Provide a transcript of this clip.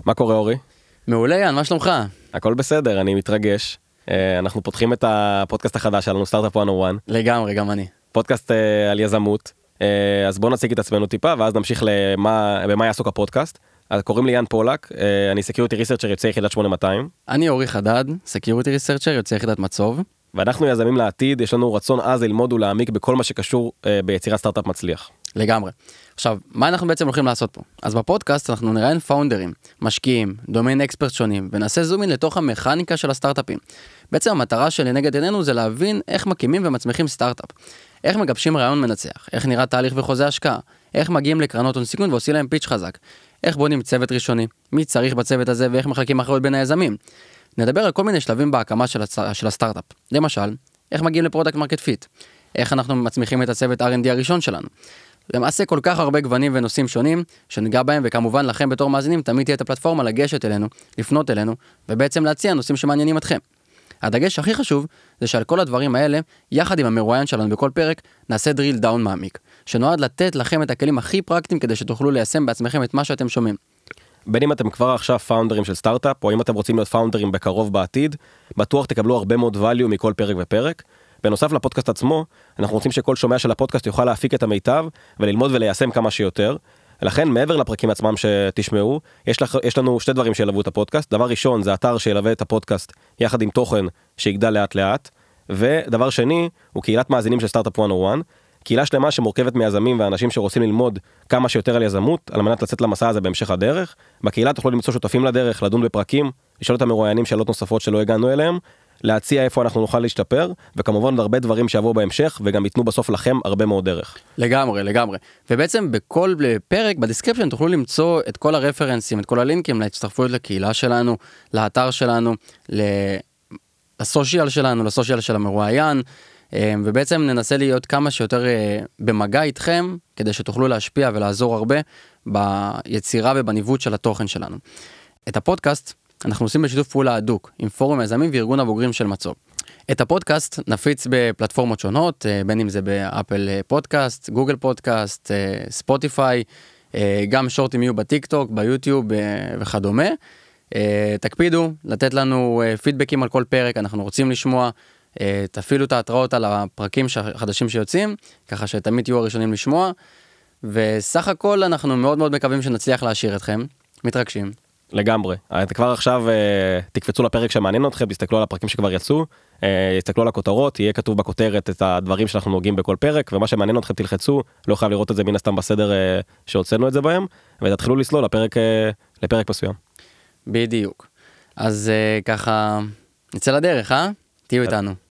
מה קורה אורי? מעולה יאן, מה שלומך? הכל בסדר, אני מתרגש. אנחנו פותחים את הפודקאסט החדש שלנו, סטארט-אפ 101. לגמרי, גם אני. פודקאסט על יזמות. אז בואו נציג את עצמנו טיפה, ואז נמשיך במה יעסוק הפודקאסט. קוראים לי יאן פולק, אני סקיוריטי ריסרצ'ר יוצא יחידת 8200. אני אורי חדד, סקיוריטי ריסרצ'ר יוצא יחידת מצוב. ואנחנו יזמים לעתיד, יש לנו רצון אז ללמוד ולהעמיק בכל מה שקשור ביצירת סטארט-אפ מצליח. לגמרי. עכשיו, מה אנחנו בעצם הולכים לעשות פה? אז בפודקאסט אנחנו נראיין פאונדרים, משקיעים, דומיין אקספרט שונים, ונעשה זומין לתוך המכניקה של הסטארט-אפים. בעצם המטרה שלי נגד עינינו זה להבין איך מקימים ומצמיחים סטארט-אפ. איך מגבשים רעיון מנצח, איך נראה תהליך וחוזה השקעה, איך מגיעים לקרנות הון סיכון ועושים להם פיץ' חזק, איך בונים צוות ראשוני, מי צריך בצוות הזה ואיך מחלקים אחריות בין היזמים. נדבר על כל מיני שלבים בהקמה של הסטארט-אפ. למשל, איך מגיעים לפרודקט מרקט פיט, איך אנחנו מצמיחים את הצוות R&D הראשון שלנו. למעשה כל כך הרבה גוונים ונושאים שונים שניגע בהם, וכמובן לכם בתור מאזינים תמיד תהיה את הפלטפורמה לגשת אלינו, לפנות אלינו, ובעצם להציע נושאים שמעניינים אתכם. הדגש הכי חשוב זה שעל כל הדברים האלה, יחד עם המרואיין שלנו בכל פרק, נעשה דריל דאון מעמיק, שנועד לתת לכם את הכלים הכי פרקטיים כדי שתוכלו ליישם בעצמכם את מה שאתם שומעים. בין אם אתם כבר עכשיו פאונדרים של סטארט-אפ, או אם אתם רוצים להיות פאונדרים בקרוב בעתיד, בטוח תקבלו הרבה מאוד value מכל פרק ופרק. בנוסף לפודקאסט עצמו, אנחנו רוצים שכל שומע של הפודקאסט יוכל להפיק את המיטב וללמוד וליישם כמה שיותר. לכן, מעבר לפרקים עצמם שתשמעו, יש לנו שתי דברים שילוו את הפודקאסט. דבר ראשון, זה אתר שילווה את הפודקאסט יחד עם תוכן שיגדל לאט לאט. ודבר שני, הוא קהילת מאזינים של סטארט-אפ 101. קהילה שלמה שמורכבת מיזמים ואנשים שרוצים ללמוד כמה שיותר על יזמות, על מנת לצאת למסע הזה בהמשך הדרך. בקהילה תוכלו למצוא שותפים לדרך, לדון בפרקים, לשאול את המרואיינים שאלות נוספות שלא הגענו אליהם, להציע איפה אנחנו נוכל להשתפר, וכמובן הרבה דברים שיבואו בהמשך, וגם ייתנו בסוף לכם הרבה מאוד דרך. לגמרי, לגמרי. ובעצם בכל פרק, בדיסקריפשן, תוכלו למצוא את כל הרפרנסים, את כל הלינקים להצטרפויות לקהילה שלנו, לאתר שלנו, לסושיאל שלנו, לסושיאל של המרואיין, ובעצם ננסה להיות כמה שיותר במגע איתכם, כדי שתוכלו להשפיע ולעזור הרבה ביצירה ובניווט של התוכן שלנו. את הפודקאסט אנחנו עושים בשיתוף פעולה הדוק עם פורום היזמים וארגון הבוגרים של מצוב. את הפודקאסט נפיץ בפלטפורמות שונות, בין אם זה באפל פודקאסט, גוגל פודקאסט, ספוטיפיי, גם שורטים יהיו בטיק-טוק, ביוטיוב וכדומה. תקפידו לתת לנו פידבקים על כל פרק, אנחנו רוצים לשמוע, תפעילו את ההתראות על הפרקים החדשים שיוצאים, ככה שתמיד תהיו הראשונים לשמוע, וסך הכל אנחנו מאוד מאוד מקווים שנצליח להשאיר אתכם, מתרגשים. לגמרי. כבר עכשיו תקפצו לפרק שמעניין אתכם, תסתכלו על הפרקים שכבר יצאו, תסתכלו על הכותרות, יהיה כתוב בכותרת את הדברים שאנחנו נוגעים בכל פרק, ומה שמעניין אתכם תלחצו, לא חייב לראות את זה מן הסתם בסדר שהוצאנו את זה בהם, ותתחילו לסלול לפרק מסוים. בדיוק. אז ככה, נצא לדרך, תהיו איתנו.